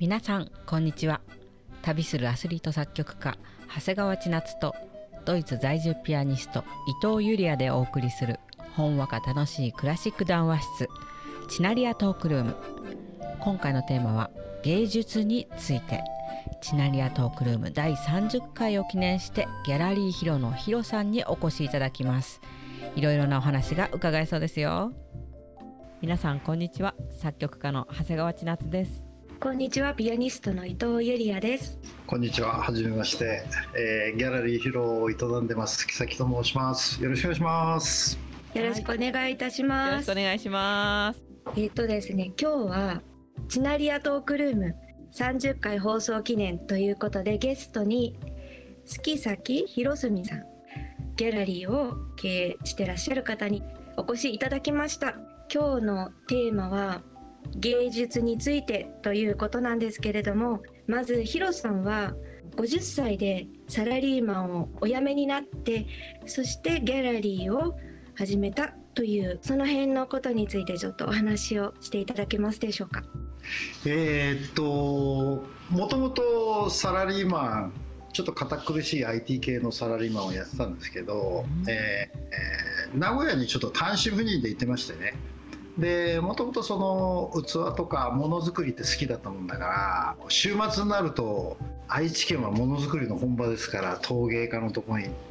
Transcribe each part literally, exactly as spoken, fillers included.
皆さんこんにちは。旅するアスリート作曲家長谷川千夏とドイツ在住ピアニスト伊藤ゆりやでお送りするほんわか楽しいクラシック談話室チナリアトークルーム。今回のテーマは芸術について。チナリアトークルームだいさんじゅっかいを記念してギャラリーヒロのヒロさんにお越しいただきます。いろいろなお話が伺えそうですよ。皆さんこんにちは。作曲家の長谷川千夏です。 こんにちは。ピアニストの伊藤ゆりやです。 こんにちは。はじめまして、えー、ギャラリーヒロを営んでます木崎と申します。よろしくお願いします。 よろしくお願いいたします。 よろしくお願いします。 えっとですね今日はチナリアトークルームさんじゅっかい放送記念ということで、ゲストに月崎博澄さん、ギャラリーを経営してらっしゃる方にお越しいただきました。今日のテーマは芸術についてということなんですけれども、まずヒロさんはごじゅっさいでサラリーマンをお辞めになって、そしてギャラリーを始めたという、その辺のことについてちょっとお話をしていただけますでしょうか。 えー、っともともとサラリーマン、ちょっと堅苦しい アイティー 系のサラリーマンをやってたんですけど、うんえー、名古屋にちょっと単身赴任で行ってましてね。でもともとその器とかものづくりって好きだったもんだから、週末になると愛知県はものづくりの本場ですから陶芸家のところに行って、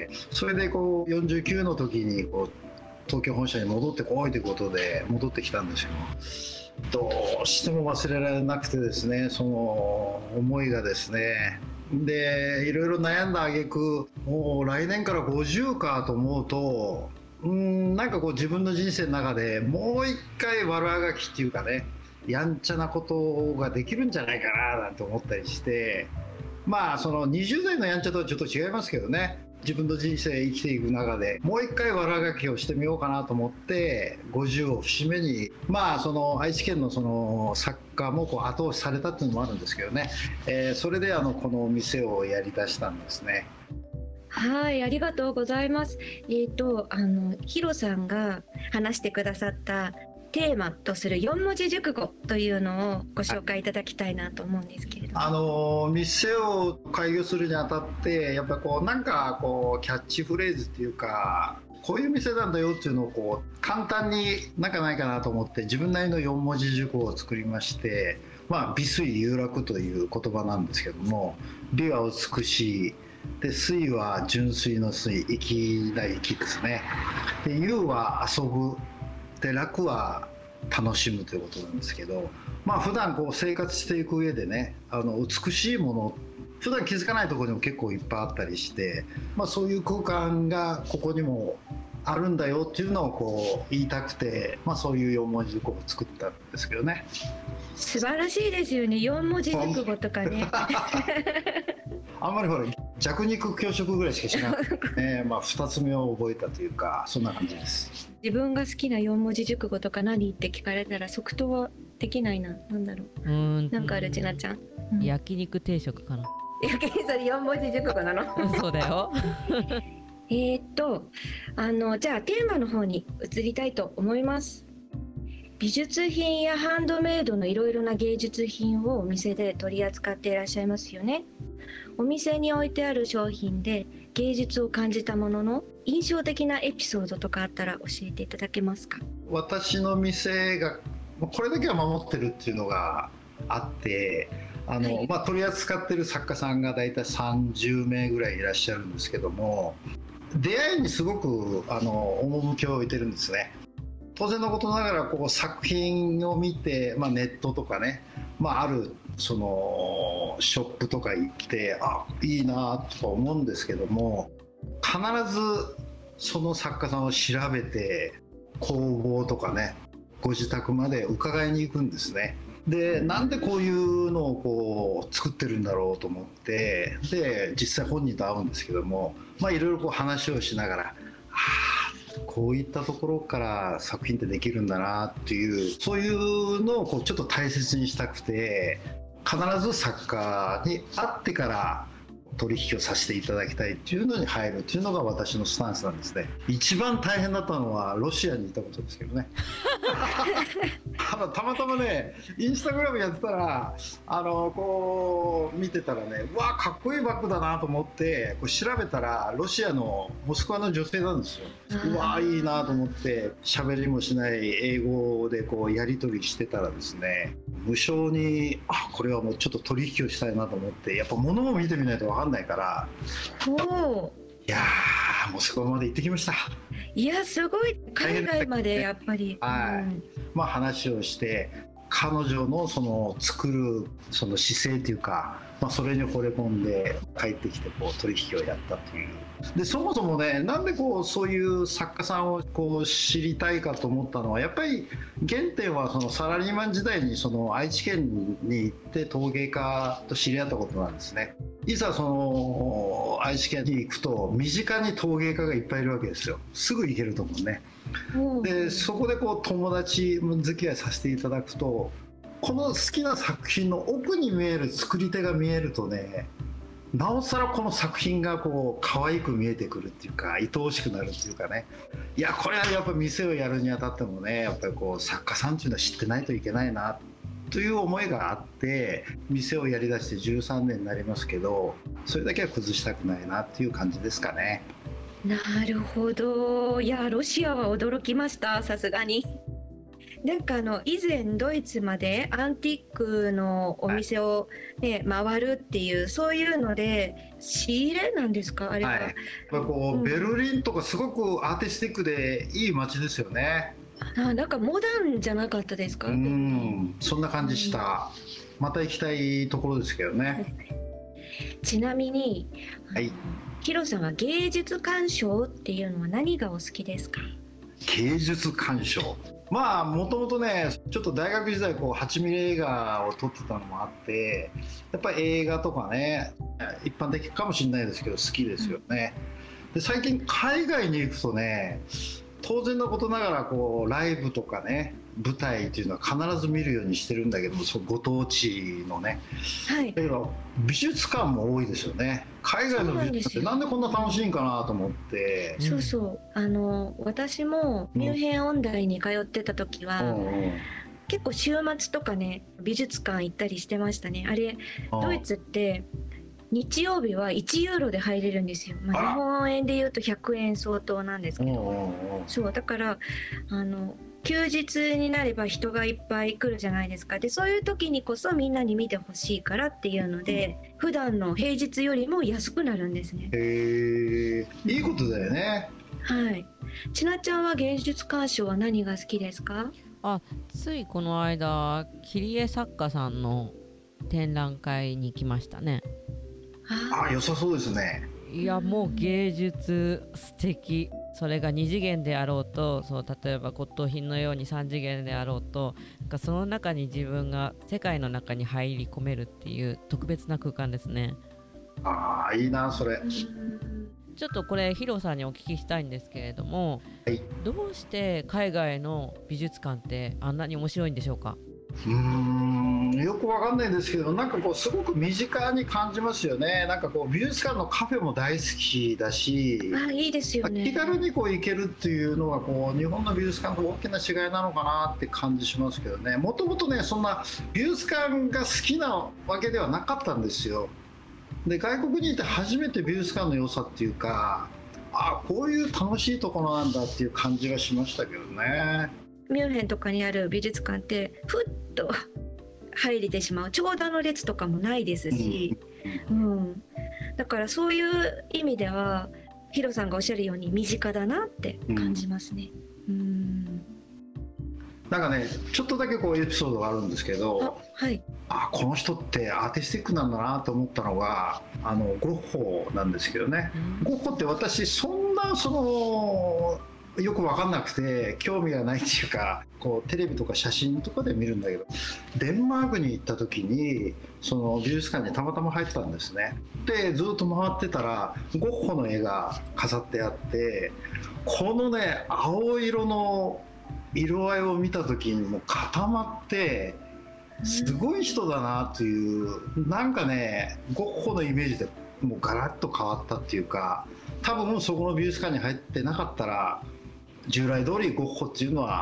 それでこうよんじゅうきゅうの時にこう東京本社に戻ってこいということで戻ってきたんですよ。どうしても忘れられなくてですね、その思いがですね。でいろいろ悩んだ挙句、もう来年からごじゅうかと思うと、うーんなんかこう自分の人生の中でもう一回悪あがきっていうかね、やんちゃなことができるんじゃないかななんて思ったりして、まあそのにじゅうだいのやんちゃとはちょっと違いますけどね、自分の人生生きていく中でもう一回悪あがきをしてみようかなと思って、ごじゅうを節目に、まあその愛知県のその作家もこう後押しされたっていうのもあるんですけどね、えー、それであのこのお店をやりだしたんですね。 はい、ありがとうございます。えっとあのヒロさんが話してくださったテーマとするよんもじ熟語というのをご紹介いただきたいなと思うんですけれども、 あの店を開業するにあたってやっぱりこうなんかこうキャッチフレーズっていうか、こういう店なんだよっていうのをこう簡単になんかないかなと思って自分なりのよんもじ熟語を作りまして、まあ美水幽楽という言葉なんですけども、美は美しいで、水は純粋の水、粋な粋ですね。で遊は遊ぶで、楽は楽しむということなんですけど、まあ普段こう生活していく上でね、あの美しいもの普段気づかないところにも結構いっぱいあったりして、まあ、そういう空間がここにもあるんだよっていうのをこう言いたくて、まあ、そういうよんもじ熟語を作ったんですけどね。 素晴らしいですよね、よんもじ熟語とかねあんまりほら弱肉強食ぐらいしかしなくて、ねまあ、ふたつめを覚えたというか、そんな感じです。 自分が好きなよんもじ熟語とか何って聞かれたら即答はできないな。なんだろう、うーんなんかあるちなちゃん、 うん、焼肉定食かな。 焼肉、それよんもじ熟語なのそうだよえっとあのじゃあテーマの方に移りたいと思います。美術品やハンドメイドのいろいろな芸術品をお店で取り扱っていらっしゃいますよね。お店に置いてある商品で芸術を感じたものの印象的なエピソードとかあったら教えていただけますか。 私の店がこれだけは守ってるっていうのがあって、あの、はいまあ、取り扱ってる作家さんがだいたいさんじゅうめいぐらいいらっしゃるんですけども、出会いにすごくあの趣を置いてるんですね。当然のことながらこう作品を見て、まあ、ネットとかね、まあ、あるそのショップとか行ってあいいなとか思うんですけども、必ずその作家さんを調べて工房とかねご自宅まで伺いに行くんですね。でなんでこういうのをこう作ってるんだろうと思って、で実際本人と会うんですけども、まあいろいろこう話をしながら、あこういったところから作品ってできるんだなっていう、そういうのをこうちょっと大切にしたくて、必ず作家に会ってから取引をさせていただきたいっていうのに入るっていうのが私のスタンスなんですね。一番大変だったのはロシアにいたことですけどねあのたまたまねインスタグラムやってたらあのこう見てたらね、うわかっこいいバッグだなと思ってこう調べたらロシアのモスクワの女性なんですよ。うわいいなと思って喋りもしない英語でこうやり取りしてたらですね、無性にあこれはもうちょっと取引をしたいなと思って、やっぱ物も見てみないと分かんないから、 おいやーモスクワまで行ってきました。 いやすごい、海外までやっぱり、 はい、 うん、 まあ話をして彼女のその作るその姿勢というか、まあ、それに惚れ込んで帰ってきてこう取引をやったという。でそもそもね、なんでこうそういう作家さんをこう知りたいかと思ったのは、やっぱり原点はそのサラリーマン時代にその愛知県に行って陶芸家と知り合ったことなんですね。いざその愛知県に行くと身近に陶芸家がいっぱいいるわけですよ。すぐ行けると思うね。でそこでこう友達付き合いさせていただくと、この好きな作品の奥に見える作り手が見えるとね、なおさらこの作品がこう可愛く見えてくるっていうか、愛おしくなるっていうかね。いやこれはやっぱ店をやるにあたってもね、やっぱりこう作家さんっていうのは知ってないといけないなという思いがあって、店をやりだしてじゅうさんねんになりますけど、それだけは崩したくないなっていう感じですかね。 なるほど。いやロシアは驚きました、さすがに。なんかあの以前ドイツまでアンティックのお店を、ね、回るっていう、そういうので仕入れなんですか、あれは。はい、やっぱこう、うん、ベルリンとかすごくアーティスティックでいい街ですよね。 あ、なんかモダンじゃなかったですか。 うん、そんな感じした。また行きたいところですけどね。 ちなみに、 はい、 ヒロさんは芸術鑑賞っていうのは何がお好きですか。 芸術鑑賞、まあもともとねちょっと大学時代こうはちミリ映画を撮ってたのもあって、やっぱり映画とかね一般的かもしれないですけど好きですよね。で最近海外に行くとね、当然のことながらこうライブとかね舞台っていうのは必ず見るようにしてるんだけども、そうご当地のね、はい、だけど美術館も多いですよね。海外の美術館ってなんでこんな楽しいんかなと思って。 そうそう、あの私もミュンヘン音大に通ってた時は、うん、結構週末とかね美術館行ったりしてましたね。あれドイツって日曜日はいちユーロで入れるんですよ。まあ、日本円でいうとひゃくえん相当なんですけど、そうだからあの休日になれば人がいっぱい来るじゃないですか。でそういう時にこそみんなに見てほしいからっていうので、うん、普段の平日よりも安くなるんですね。 へえ、いいことだよね。 はい。ちなちゃんは芸術鑑賞は何が好きですか。 あ、ついこの間切り絵作家さんの展覧会に来ましたね。 ああ、良さそうですね。 いやもう芸術素敵。それがに次元であろうと、そう例えば骨董品のようにさん次元であろうと、なんかその中に自分が世界の中に入り込めるっていう特別な空間ですね。 ああ、いいなそれ。 ちょっとこれヒロさんにお聞きしたいんですけれども、はい、どうして海外の美術館ってあんなに面白いんでしょうか。 うーん、よくわかんないんですけど、なんかこうすごく身近に感じますよね。なんかこう美術館のカフェも大好きだし、 あ、いいですよね。 気軽にこう行けるっていうのがこう日本の美術館と大きな違いなのかなって感じしますけどね。もともとねそんな美術館が好きなわけではなかったんですよ。で外国にいて初めて美術館の良さっていうか、あ、こういう楽しいところなんだっていう感じがしましたけどね。 ミュンヘンとかにある美術館ってふっと入れてしまう長蛇の列とかもないですし、うんうん、だからそういう意味ではヒロさんがおっしゃるように身近だなって感じますね。うん、うん、 なんかねちょっとだけこうエピソードがあるんですけど、 あ、はい、 あ、この人ってアーティスティックなんだなと思ったのがあのゴッホなんですけどね、うん、ゴッホって私そんなそのよく分かんなくて興味がないっていうか、こうテレビとか写真とかで見るんだけど、デンマークに行った時にその美術館にたまたま入ってたんですね。でずっと回ってたらゴッホの絵が飾ってあって、このね青色の色合いを見た時にもう固まって、すごい人だなっていう、なんかねゴッホのイメージでもうガラッと変わったっていうか、多分そこの美術館に入ってなかったら従来通りゴッホっていうのは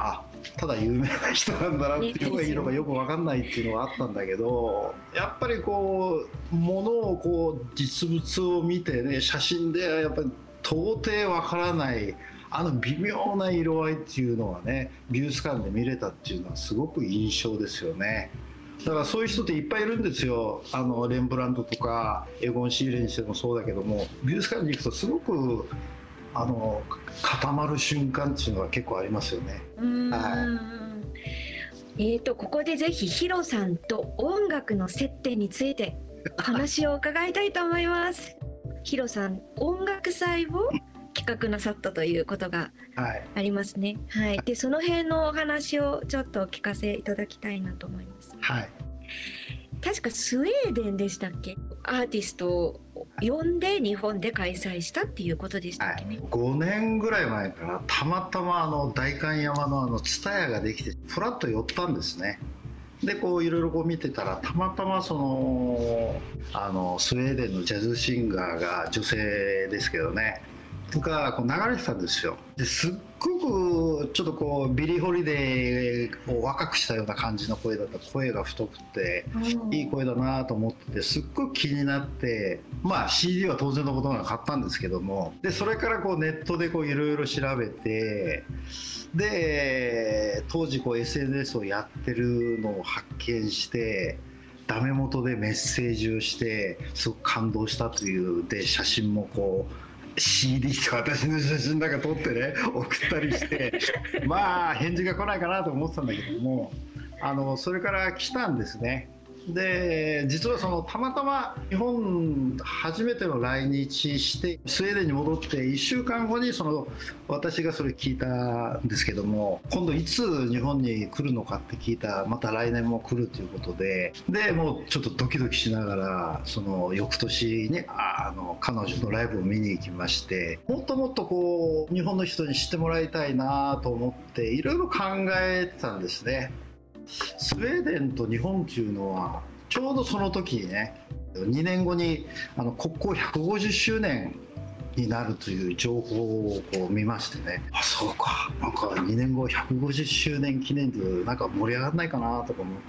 ただ有名な人なんだなっていうのがいいのかよく分かんないっていうのがあったんだけど、やっぱりこうものをこう実物を見てね、写真ではやっぱり到底分からないあの微妙な色合いっていうのはね、美術館で見れたっていうのはすごく印象ですよね。だからそういう人っていっぱいいるんですよ。あのレンブラントとかエゴン・シーレにしてもそうだけども、美術館に行くとすごくあの固まる瞬間っていうのは結構ありますよね。 うーん、 はえーとここでぜひヒロさんと音楽の接点についてお話を伺いたいと思います。ヒロさん、音楽祭を企画なさったということがはいありますね。はい。でその辺のお話をちょっとお聞かせいただきたいなと思います。 はい、 確かスウェーデンでしたっけ、アーティストを呼んで日本で開催したっていうことでしたっけね。 はい、ごねんぐらい前からたまたまあの代官山のあの蔦屋ができてふらっと寄ったんですね。でこういろいろこう見てたらたまたまそのあのスウェーデンのジャズシンガーが女性ですけどねがこう流れてたんですよ。ですっごくちょっとこうビリー・ホリデーを若くしたような感じの声だった。声が太くていい声だなと思ってすっごく気になって、まあ シーディー は当然のことながら買ったんですけども、でそれからこうネットでいろいろ調べて、で当時こう エスエヌエス をやってるのを発見してダメ元でメッセージをしてすごく感動したというで写真もこうシーディー と私の写真なんか撮ってね送ったりしてまあ返事が来ないかなと思ってたんだけども、あのそれから来たんですね。で実はそのたまたま日本初めての来日してスウェーデンに戻っていっしゅうかんごにその私がそれ聞いたんですけども、今度いつ日本に来るのかって聞いた。また来年も来るということで、でもうちょっとドキドキしながらその翌年にああの彼女のライブを見に行きまして、もっともっとこう日本の人に知ってもらいたいなと思っていろいろ考えてたんですね。スウェーデンと日本っていうのはちょうどその時にねにねんごにあの国交ひゃくごじゅっしゅうねんになるという情報をこう見ましてね、あそうか、なんかにねんごひゃくごじゅっしゅうねん記念でなんか盛り上がらないかなとか思って、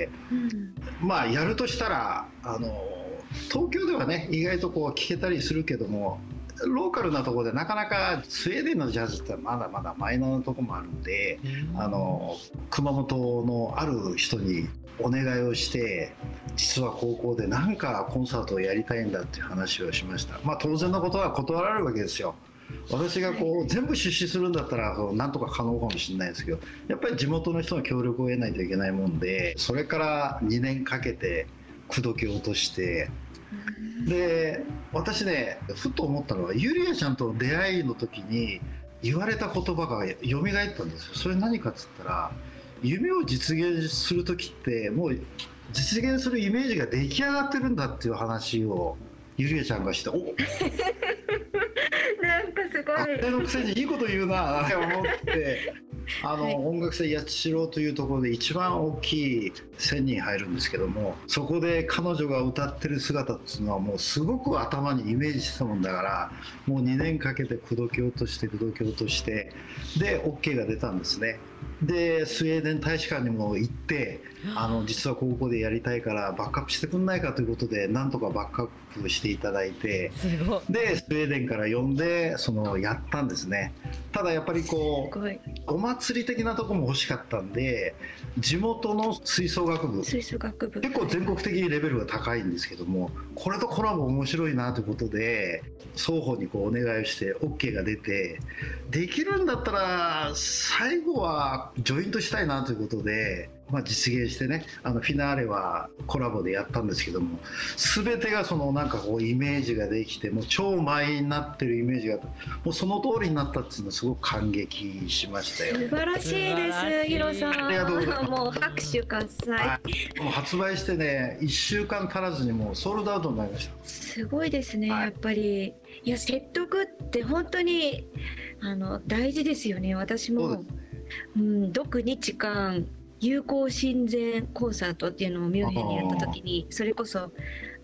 うん、まあやるとしたらあの東京ではね意外とこう聞けたりするけども、ローカルなところでなかなかスウェーデンのジャズってまだまだマイナーなところもあるんで、あの熊本のある人にお願いをして実は高校でなんかコンサートをやりたいんだっていう話をしました。まあ当然のことは断られるわけですよ。私がこう全部出資するんだったらなんとか可能かもしれないですけど、やっぱり地元の人の協力を得ないといけないもんで、それからにねんかけて口説き落として、で私ねふと思ったのはユリアちゃんとの出会いの時に言われた言葉が蘇ったんですよ。それ何かっつったら、夢を実現する時ってもう実現するイメージが出来上がってるんだっていう話をユリアちゃんがして、おなんかすごいあれのくせにいいこと言うなと思ってあの、はい、音楽祭八代というところで一番大きいせんにん入るんですけども、そこで彼女が歌ってる姿っていうのはもうすごく頭にイメージしてたもんだから、もうにねんかけて口説き落として口説き落としてで OK が出たんですね。でスウェーデン大使館にも行って、あの実は高校でやりたいからバックアップしてくんないかということでなんとかバックアップしていただいて、 すごい。 でスウェーデンから呼んでそのやったんですね。ただやっぱりこうお祭り的なところも欲しかったんで、地元の吹奏楽部吹奏楽部結構全国的にレベルが高いんですけども、これとコラボ面白いなということで双方にこうお願いをして OK が出て、できるんだったら最後はジョイントしたいなということで、まあ、実現してね、あのフィナーレはコラボでやったんですけども、全てがそのなんかこうイメージができて、もう超満員になってるイメージがもうその通りになったっていうのをすごく感激しましたよ。 素晴らしいですヒロさん。 ありがとうございます。 もう拍手喝采、はい、 もう発売してねいっしゅうかん足らずにもうソールドアウトになりました。 すごいですね、 はい、 やっぱり。いや説得って本当にあの大事ですよね。私もう、ん、独日韓友好親善コンサートっていうのをミュンヘンにやった時に、それこそ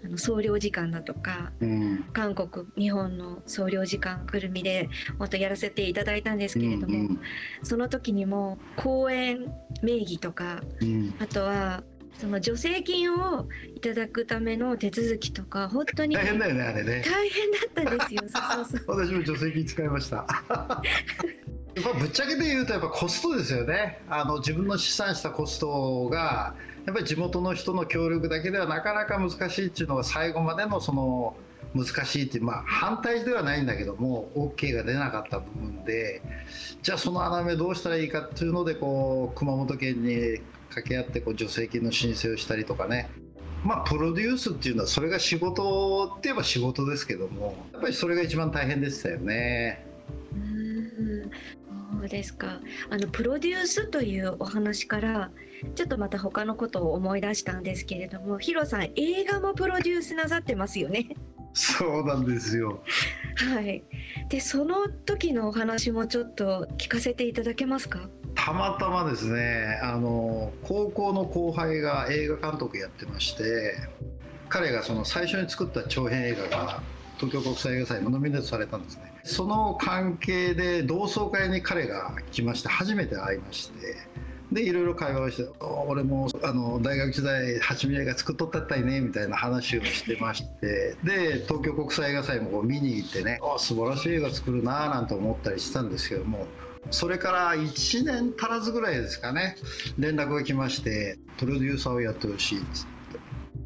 あの総領事館だとか、うん、韓国日本の総領事館ぐるみで本当やらせていただいたんですけれども、うんうん、その時にも講演名義とか、うん、あとはその助成金をいただくための手続きとか本当に大変だよねあれね。 大変だったんですよ。そうそうそう私も助成金使いましたやっぱぶっちゃけて言うとやっぱコストですよね。あの自分の試算したコストがやっぱり地元の人の協力だけではなかなか難しいっていうのが最後までのその難しいっていう、まあ反対ではないんだけども OK が出なかった部分で、じゃあその穴埋めどうしたらいいかっていうのでこう熊本県に掛け合ってこう助成金の申請をしたりとかね、まあプロデュースっていうのはそれが仕事って言えば仕事ですけども、やっぱりそれが一番大変でしたよね。 うーん、そうですか。あのプロデュースというお話からちょっとまた他のことを思い出したんですけれども、ヒロさん映画もプロデュースなさってますよね。 そうなんですよ。 はい。でその時のお話もちょっと聞かせていただけますか。 たまたまですね、あの高校の後輩が映画監督やってまして、彼がその最初に作った長編映画が東京国際映画祭にノミネートされたんですね。その関係で同窓会に彼が来まして初めて会いまして、でいろいろ会話をして、俺もあの大学時代八味映画作っとったったいねみたいな話をしてまして、で東京国際映画祭もこう見に行ってね、あ素晴らしい映画作るななんて思ったりしたんですけども、それからいちねん足らずぐらいですかね、連絡が来まして、プロデューサーをやってほしいっつって。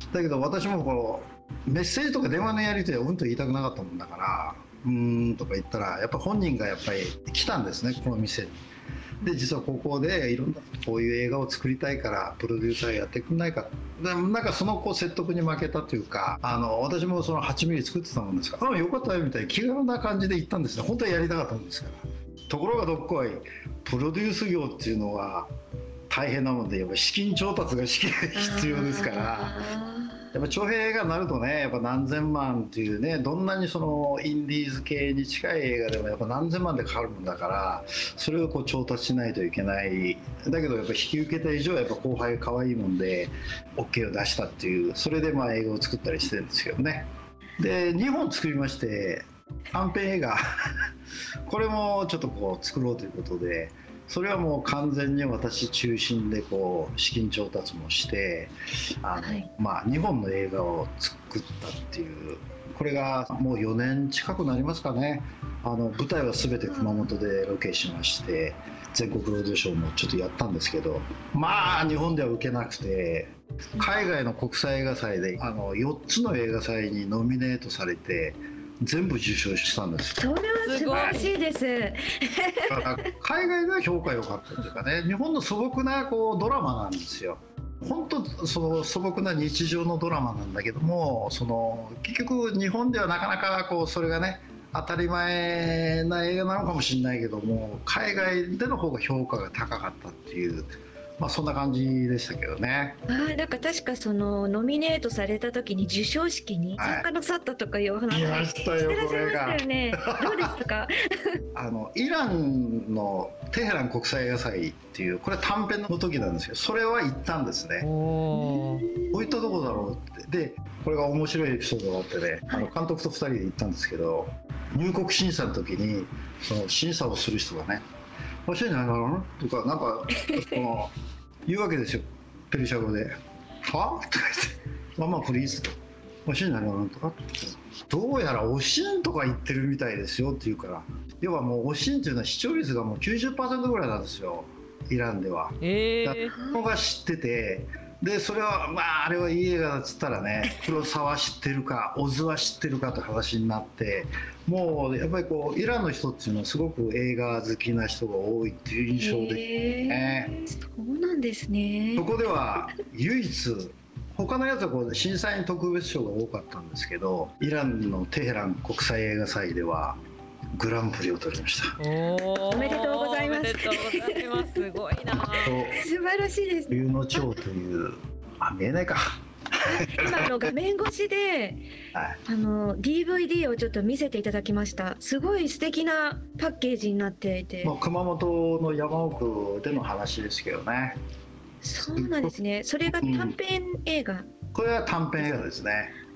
だけど私もこうメッセージとか電話のやり取りはうんと言いたくなかったもんだから、うーんとか言ったらやっぱ本人がやっぱり来たんですね、この店に。で実はここでいろんなこういう映画を作りたいからプロデューサーやってくんないか。でなんかそのこう説得に負けたというか、あの私もそのはちミリ作ってたもんですから、あよかったよみたいな気軽な感じで言ったんですね。本当はやりたかったんですから。ところがどっこいプロデュース業っていうのは大変なもんで、やっぱ資金調達が資金必要ですから、やっぱ長編映画になるとね、やっぱ何千万っていうね、どんなにそのインディーズ系に近い映画でもやっぱ何千万でかかるもんだから、それをこう調達しないといけない。だけどやっぱ引き受けた以上はやっぱ後輩が可愛いもんで OK を出したっていう、それでまあ映画を作ったりしてるんですけどね。でにほん作りまして、短編映画これもちょっとこう作ろうということで、それはもう完全に私中心でこう資金調達もして、あの、はい、まあにほんの映画を作ったっていう、これがもうよねん近くなりますかね。あの舞台は全て熊本でロケしまして、全国ロードショーもちょっとやったんですけど、まあ日本では受けなくて、海外の国際映画祭であのよっつの映画祭にノミネートされて全部受賞したんです。 それは素晴らしいです。 海外では評価良かったというかね、日本の素朴なこうドラマなんですよ。本当その素朴な日常のドラマなんだけども、その結局日本ではなかなかこうそれがね当たり前な映画なのかもしれないけども、海外での方が評価が高かったっていう、まあそんな感じでしたけどね。 ああ、なんか確かそのノミネートされた時に授賞式に参加なさったとかいうお話をしてらっしゃいましたよね。どうでしたか？ あのイランのテヘラン国際映画祭っていう、これ短編の時なんですけど、それは行ったんですね。おどういったとこだろうって。でこれが面白いエピソードがあってね、あの監督とふたりで行ったんですけど、入国審査の時にその審査をする人がね、「欲しいんじゃないかな?」とかなんかその言うわけですよ、ペルシャ語で。はとか言って「ママプリーズ」と「欲しいんじゃないかな?」とか、どうやらおしんとか言ってるみたいですよって言うから、要はもうおしんっていうのは視聴率がもう きゅうじゅっパーセント ぐらいなんですよ、イランでは。えー、だが知ってて、でそれはまああれはいい映画だっつったらね、黒沢知ってるかオズは知ってるかって話になって、もうやっぱりこうイランの人っていうのはすごく映画好きな人が多いっていう印象で、ね、 えー、そうなんですね。 そこでは唯一、他のやつはこう審査員特別賞が多かったんですけど、イランのテヘラン国際映画祭ではグランプリを取りました。 おおめでとうございます。 おめでとうございます。すごいな。 素晴らしいです。 冬の蝶という、あ、見えないか。 今あの画面越しで、はい、あの ディーブイディー をちょっと見せていただきました。すごい素敵なパッケージになっていて、 まあ、熊本の山奥での話ですけどね。 そうなんですね。それが短編映画、うん、 これは短編映画ですね。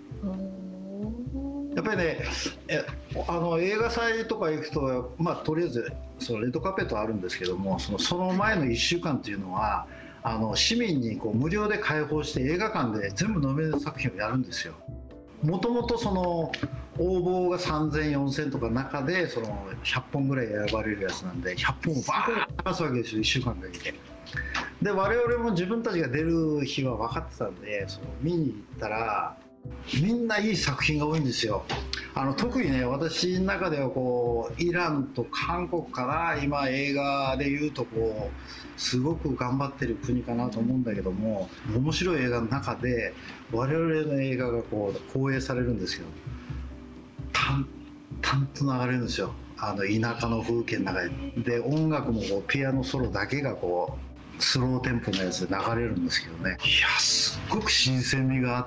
やっぱりね、えあの映画祭とか行くと、まあ、とりあえずそのレッドカーペットあるんですけども、そのその前のいっしゅうかんっていうのはあの市民にこう無料で開放して映画館で全部ノミネート作品をやるんですよ。もともとその応募がさんぜんよんせんとか中でそのひゃっぽんぐらい選ばれるやつなんで、ひゃっぽんをバーッと出すわけですよ、いっしゅうかんかけて。で我々も自分たちが出る日は分かってたんで、その見に行ったらみんないい作品が多いんですよ。あの特にね、私の中ではこうイランと韓国かな、今映画でいうとこうすごく頑張ってる国かなと思うんだけども、面白い映画の中で我々の映画がこう放映されるんですけど、淡々と流れるんですよ。あの田舎の風景の中で、で音楽もこうピアノソロだけがこうスローテンポのやつで流れるんですけどね、いやすっごく新鮮味があって、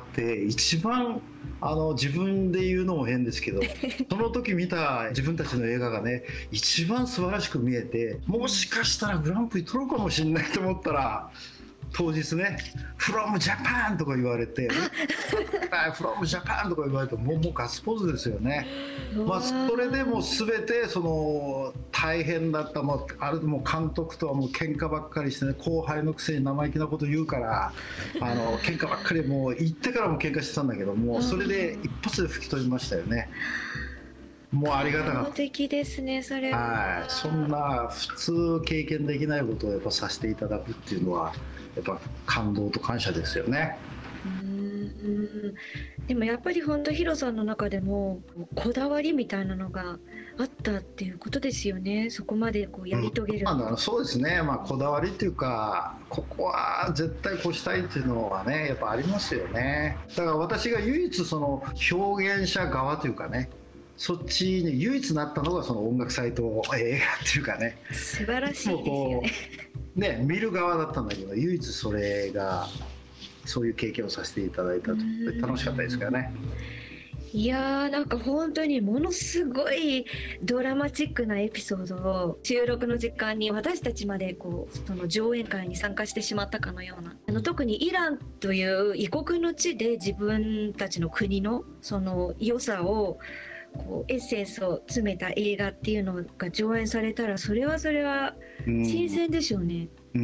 一番あの自分で言うのも変ですけどその時見た自分たちの映画がね一番素晴らしく見えて、もしかしたらグランプリ取るかもしれないと思ったら、当日ね「フロムジャパン」とか言われて「フロムジャパン」とか言われてもうもうガッツポーズですよね。まあ、それでもう全てその大変だった、もうあれもう監督とはもう喧嘩ばっかりしてね、後輩のくせに生意気なこと言うからあの喧嘩ばっかり、もう行ってからも喧嘩してたんだけども、それで一発で吹き飛びましたよね。もうありがたかった。 素敵ですね、それは。 はい、そんな普通経験できないことをやっぱさせていただくっていうのはやっぱ感動と感謝ですよね。 うーん、でもやっぱり本当ヒロさんの中でもこだわりみたいなのがあったっていうことですよね。そこまでこうやり遂げる、 うん、まあ、そうですね、まあ、こだわりっていうか、ここは絶対こうしたいっていうのはねやっぱありますよね。だから私が唯一その表現者側というかね、そっちに唯一なったのがその音楽祭と映画っていうかね、 素晴らしいですよね。 ね、見る側だったんだけど、唯一それがそういう経験をさせていただいたと、楽しかったですからね。 いやー、なんか本当にものすごいドラマチックなエピソードを収録の時間に私たちまでこうその上演会に参加してしまったかのような、あの特にイランという異国の地で自分たちの国のその良さをこうエッセンスを詰めた映画っていうのが上演されたら、それはそれは新鮮でしょうね。 うん、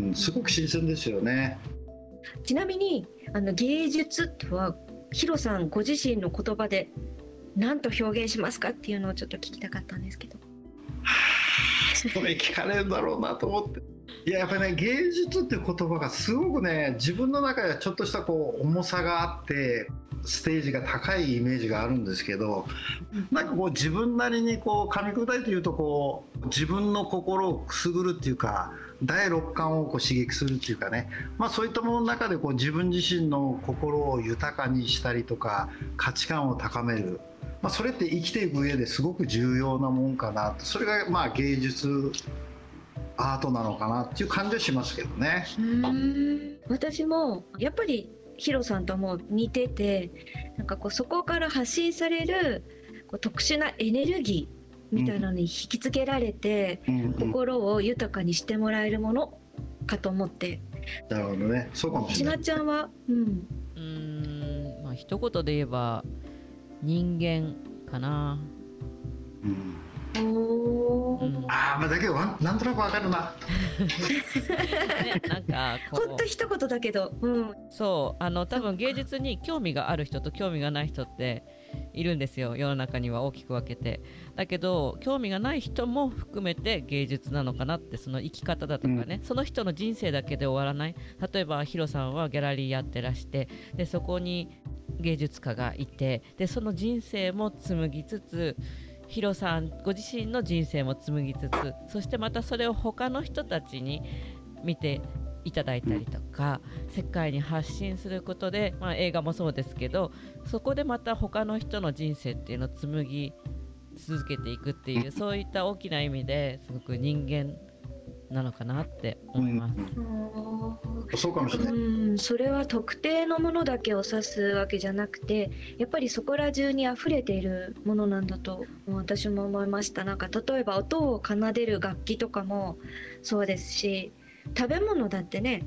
うん、すごく新鮮ですよね。 ちなみにあの芸術とはヒロさんご自身の言葉で何と表現しますかっていうのをちょっと聞きたかったんですけど。 はあ、それ聞かれるだろうなと思って。いや、やっぱりね、芸術っていう言葉がすごくね、自分の中ではちょっとしたこう重さがあってステージが高いイメージがあるんですけど、なんかこう自分なりにこう噛み砕いて言うとこう自分の心をくすぐるっていうか、第六感をこう刺激するっていうかね、まあ、そういったものの中でこう自分自身の心を豊かにしたりとか価値観を高める、まあ、それって生きていく上ですごく重要なもんかなと、それがまあ芸術アートなのかなっていう感じはしますけどね。 うーん、私もやっぱりヒロさんとも似てて、なんかこうそこから発信されるこう特殊なエネルギーみたいなのに引きつけられて、うん、心を豊かにしてもらえるものかと思って。 なるほどね、そうかもしれない。 ちなちゃんは、うん、 うーん、まあ一言で言えば人間かな。 うん、おー、うん、ああ、まあだけどなんとなくわかるな。 ね、なんかこうほんと一言だけど、うん、 そうあの多分芸術に興味がある人と興味がない人っているんですよ、世の中には大きく分けて。だけど興味がない人も含めて芸術なのかなって、その生き方だとかね、うん、その人の人生だけで終わらない。例えばヒロさんはギャラリーやってらして、でそこに芸術家がいて、でその人生も紡ぎつつ、ヒロさんご自身の人生も紡ぎつつ、そしてまたそれを他の人たちに見ていただいたりとか、世界に発信することで、まあ、映画もそうですけど、そこでまた他の人の人生っていうのを紡ぎ続けていくっていう、そういった大きな意味ですごく人間なのかなって思います。 うん、そうかもしれない。 うん、それは特定のものだけを指すわけじゃなくて、やっぱりそこら中に溢れているものなんだと私も思いました。なんか例えば音を奏でる楽器とかもそうですし、食べ物だってね、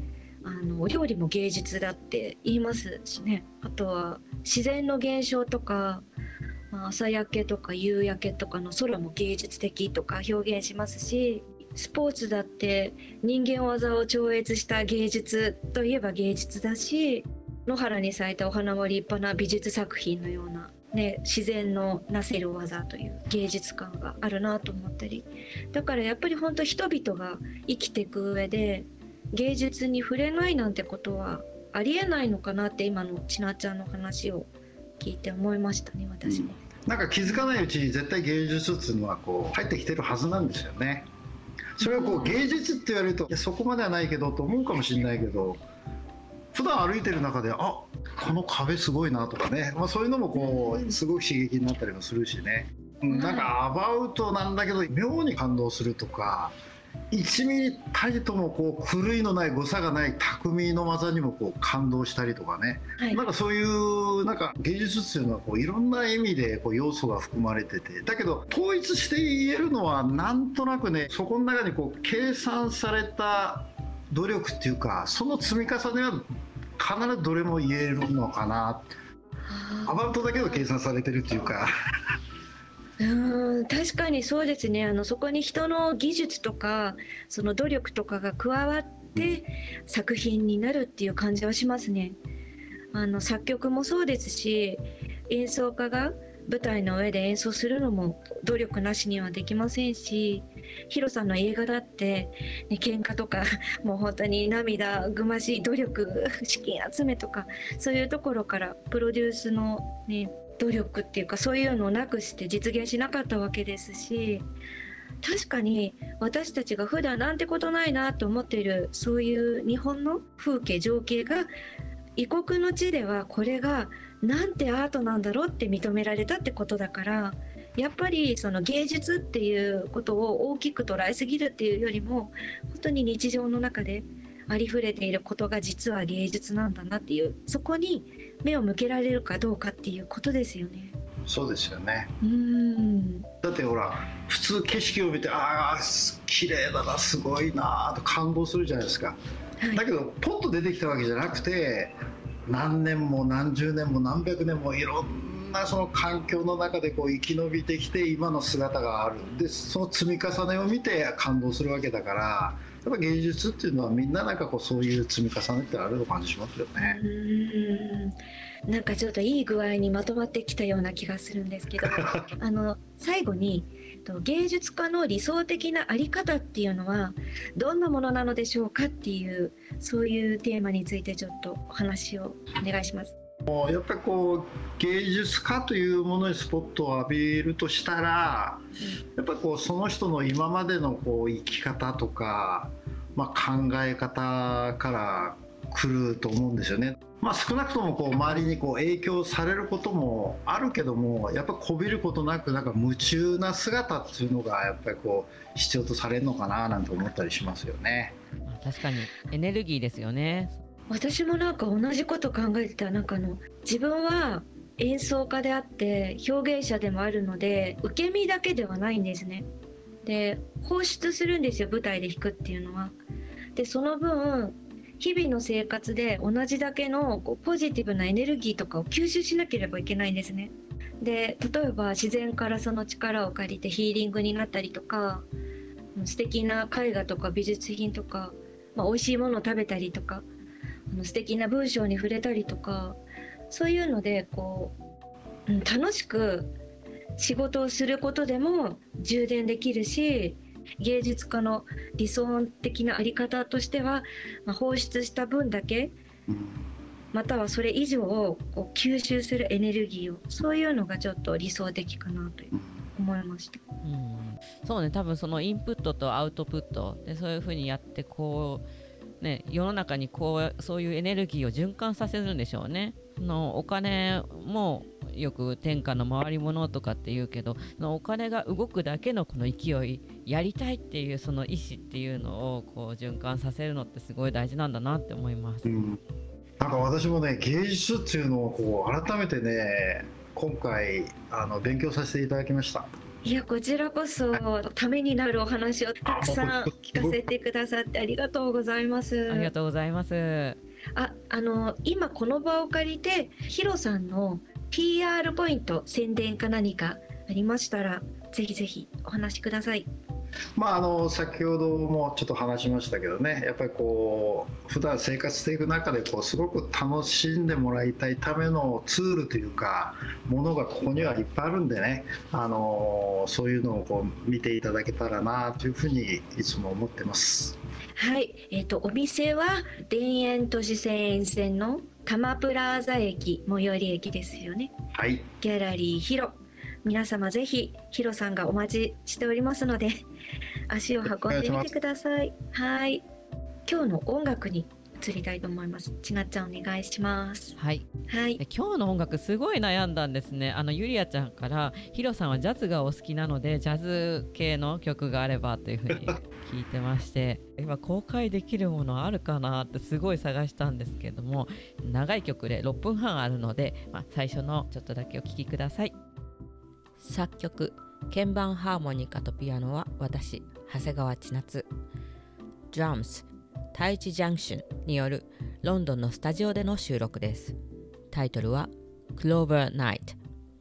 あのお料理も芸術だって言いますしね。あとは自然の現象とか、まあ、朝焼けとか夕焼けとかの空も芸術的とか表現しますし、スポーツだって人間技を超越した芸術といえば芸術だし、野原に咲いたお花も立派な美術作品のような、ね、自然のなせる技という芸術感があるなと思ったり、だからやっぱり本当人々が生きていく上で芸術に触れないなんてことはありえないのかなって、今のちなちゃんの話を聞いて思いましたね、私も、 うん、なんか気づかないうちに絶対芸術っていうのはこう入ってきてるはずなんですよね。それをこう芸術って言われると、いやそこまではないけどと思うかもしれないけど、普段歩いてる中で、あ、この壁すごいなとかね、まあ、そういうのもこうすごく刺激になったりもするしね、うん、なんかアバウトなんだけど妙に感動するとか、いちミリたりともこう狂いのない誤差がない匠の技にもこう感動したりとかね、はい、なんかそういうなんか芸術っていうのはこういろんな意味でこう要素が含まれてて、だけど統一して言えるのはなんとなくね、そこの中にこう計算された努力っていうか、その積み重ねは必ずどれも言えるのかな。アバウトだけど計算されてるっていうかうん、確かにそうですね。あのそこに人の技術とかその努力とかが加わって作品になるっていう感じはしますね。あの作曲もそうですし、演奏家が舞台の上で演奏するのも努力なしにはできませんし、ヒロさんの映画だって、ね、喧嘩とかもう本当に涙ぐましい努力、資金集めとか、そういうところからプロデュースのね努力っていうか、そういうのをなくして実現しなかったわけですし、確かに私たちが普段なんてことないなと思っているそういう日本の風景情景が異国の地ではこれがなんてアートなんだろうって認められたってことだから、やっぱりその芸術っていうことを大きく捉えすぎるっていうよりも、本当に日常の中でありふれていることが実は芸術なんだなっていう、そこに目を向けられるかどうかっていうことですよね。 そうですよね。 うーん、 だってほら、普通景色を見て、ああ綺麗だな、すごいなと感動するじゃないですか、はい、だけどポッと出てきたわけじゃなくて、何年も何十年も何百年もいろんなその環境の中でこう生き延びてきて今の姿があるんで、その積み重ねを見て感動するわけだから、やっぱ芸術っていうのはみんななんかこうそういう積み重ねってあるの感じしますよね。 うーん、なんかちょっといい具合にまとまってきたような気がするんですけどあの最後に、芸術家の理想的な在り方っていうのはどんなものなのでしょうかっていう、そういうテーマについてちょっとお話をお願いします。 やっぱりこう芸術家というものにスポットを浴びるとしたら、やっぱりこうその人の今までのこう生き方とか、まあ、考え方から来ると思うんですよね。まあ、少なくともこう周りにこう影響されることもあるけども、やっぱこびることなくなんか夢中な姿っていうのがやっぱりこう必要とされるのかななんて思ったりしますよね。 確かにエネルギーですよね。 私もなんか同じこと考えてた。なんかあの自分は演奏家であって表現者でもあるので、受け身だけではないんですね。で、放出するんですよ、舞台で弾くっていうのは。で、その分日々の生活で同じだけのこうポジティブなエネルギーとかを吸収しなければいけないんですね。で、例えば自然からその力を借りてヒーリングになったりとか、素敵な絵画とか美術品とか、まあ、美味しいものを食べたりとか、あの素敵な文章に触れたりとか、そういうのでこう、うん、楽しく仕事をすることでも充電できるし、芸術家の理想的なあり方としては、まあ、放出した分だけ、またはそれ以上をこう吸収するエネルギーを、そういうのがちょっと理想的かなと思いました。 うん、そうね、多分そのインプットとアウトプットでそういうふうにやってこう、ね、世の中にこうそういうエネルギーを循環させるんでしょうね。のお金もよく天下の回り物とかって言うけど、そのお金が動くだけのこの勢い、やりたいっていうその意思っていうのをこう循環させるのってすごい大事なんだなって思います。うん、 なんか私もね、芸術っていうのをこう改めてね、今回あの勉強させていただきました。 いや、こちらこそためになるお話をたくさん聞かせてくださってありがとうございます。 ありがとうございます。 あ、あの今この場を借りてヒロさんの ピーアール ポイント、宣伝か何かありましたらぜひぜひお話しください。 まあ、あの先ほどもちょっと話しましたけどね、やっぱりこう普段生活していく中でこうすごく楽しんでもらいたいためのツールというかものがここにはいっぱいあるんでね、あのそういうのをこう見ていただけたらなというふうにいつも思ってます。 はい、えーと、お店は田園都市線沿線の多摩プラザ駅、最寄り駅ですよね。 はい。 ギャラリーヒロ、皆様ぜひヒロさんがお待ちしておりますので足を運んでみてください。はい、今日の音楽に移りたいと思います。ちなっちゃんお願いします。 はい、 はい、 今日の音楽すごい悩んだんですね。あのゆりあちゃんからヒロさんはジャズがお好きなのでジャズ系の曲があればというふうに聞いてまして今公開できるものあるかなってすごい探したんですけども、長い曲でろっぷんはんあるので、まあ、最初のちょっとだけお聴きください。作曲、鍵盤ハーモニカとピアノは私、長谷川千夏。ドラムス、太一ジャンクションによるロンドンのスタジオでの収録です。タイトルは Clover Night。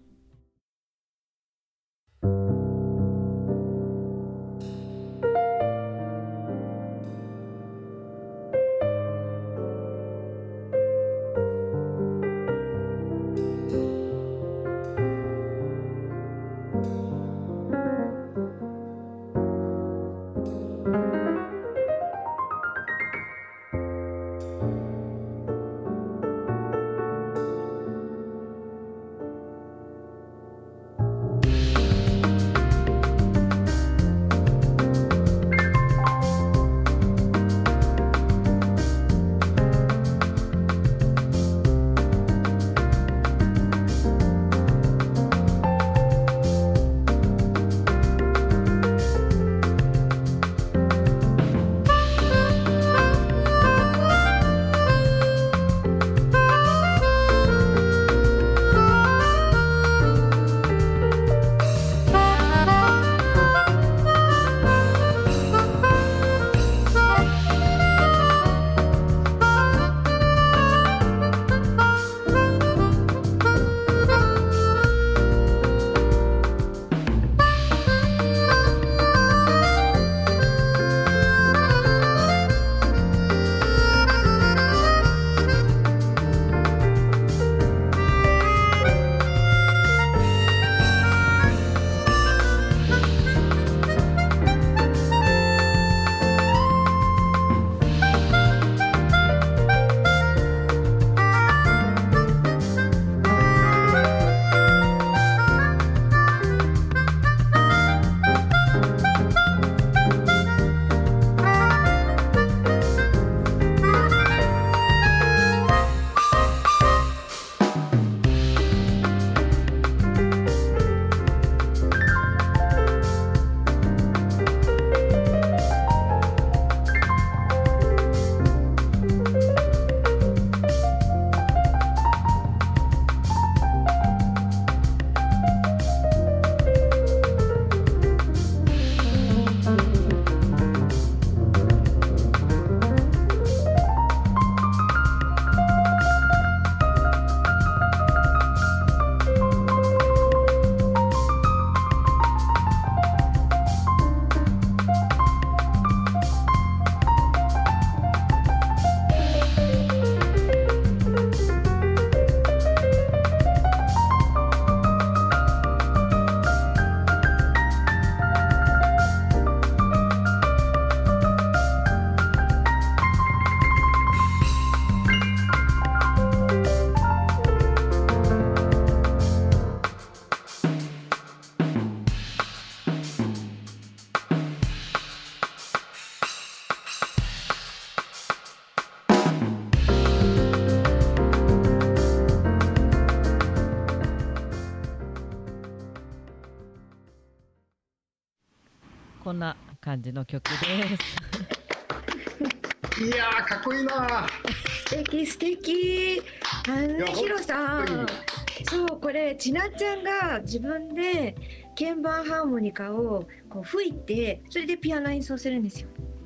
こんな感じの曲ですいやーかっこいいな。 素敵素敵。あのね、ヒロさん、そうこれちなちゃんが自分で鍵盤ハーモニカをこう吹いて、それでピアノ演奏するんですよ。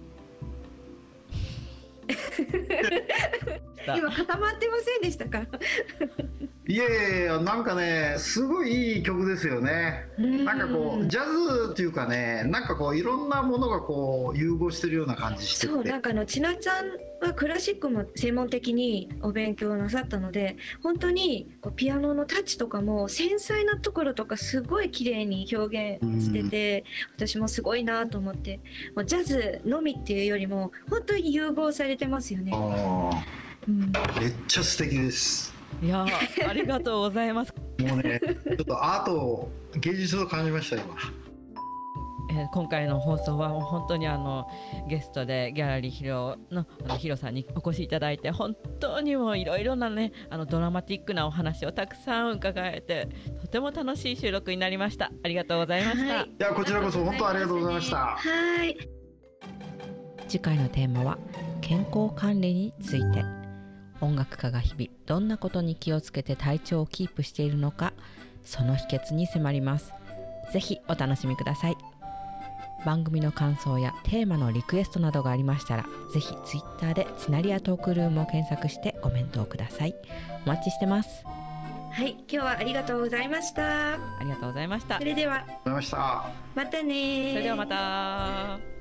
今固まってませんでしたか？ いやいやいや、なんかねすごいいい曲ですよね。なんかこうジャズっていうかね、なんかこういろんなものがこう融合してるような感じしてて、 そう、なんかあの千奈ちゃんはクラシックも専門的にお勉強なさったので、本当にこうピアノのタッチとかも繊細なところとかすごい綺麗に表現してて、私もすごいなと思って、もうジャズのみっていうよりも本当に融合されてますよね。 あ、 うん、 めっちゃ素敵です。 いやありがとうございます。 もうねちょっとアート芸術を感じました今。 えー今回の放送は本当にあのゲストでギャラリーヒロのあのヒロさんにお越しいただいて、本当にもういろいろなねあのドラマティックなお話をたくさん伺えて、とても楽しい収録になりました。ありがとうございました。 はい、 いやこちらこそ本当ありがとうございました。 はい。 次回のテーマは健康管理について。音楽家が日々どんなことに気をつけて体調をキープしているのか、その秘訣に迫ります。ぜひお楽しみください。番組の感想やテーマのリクエストなどがありましたら、ぜひツイッターでチナリアトークルームを検索してコメントをください。お待ちしてます。 はい、今日はありがとうございました。 ありがとうございました。 それではありがとうございました。 またね。 それではまた。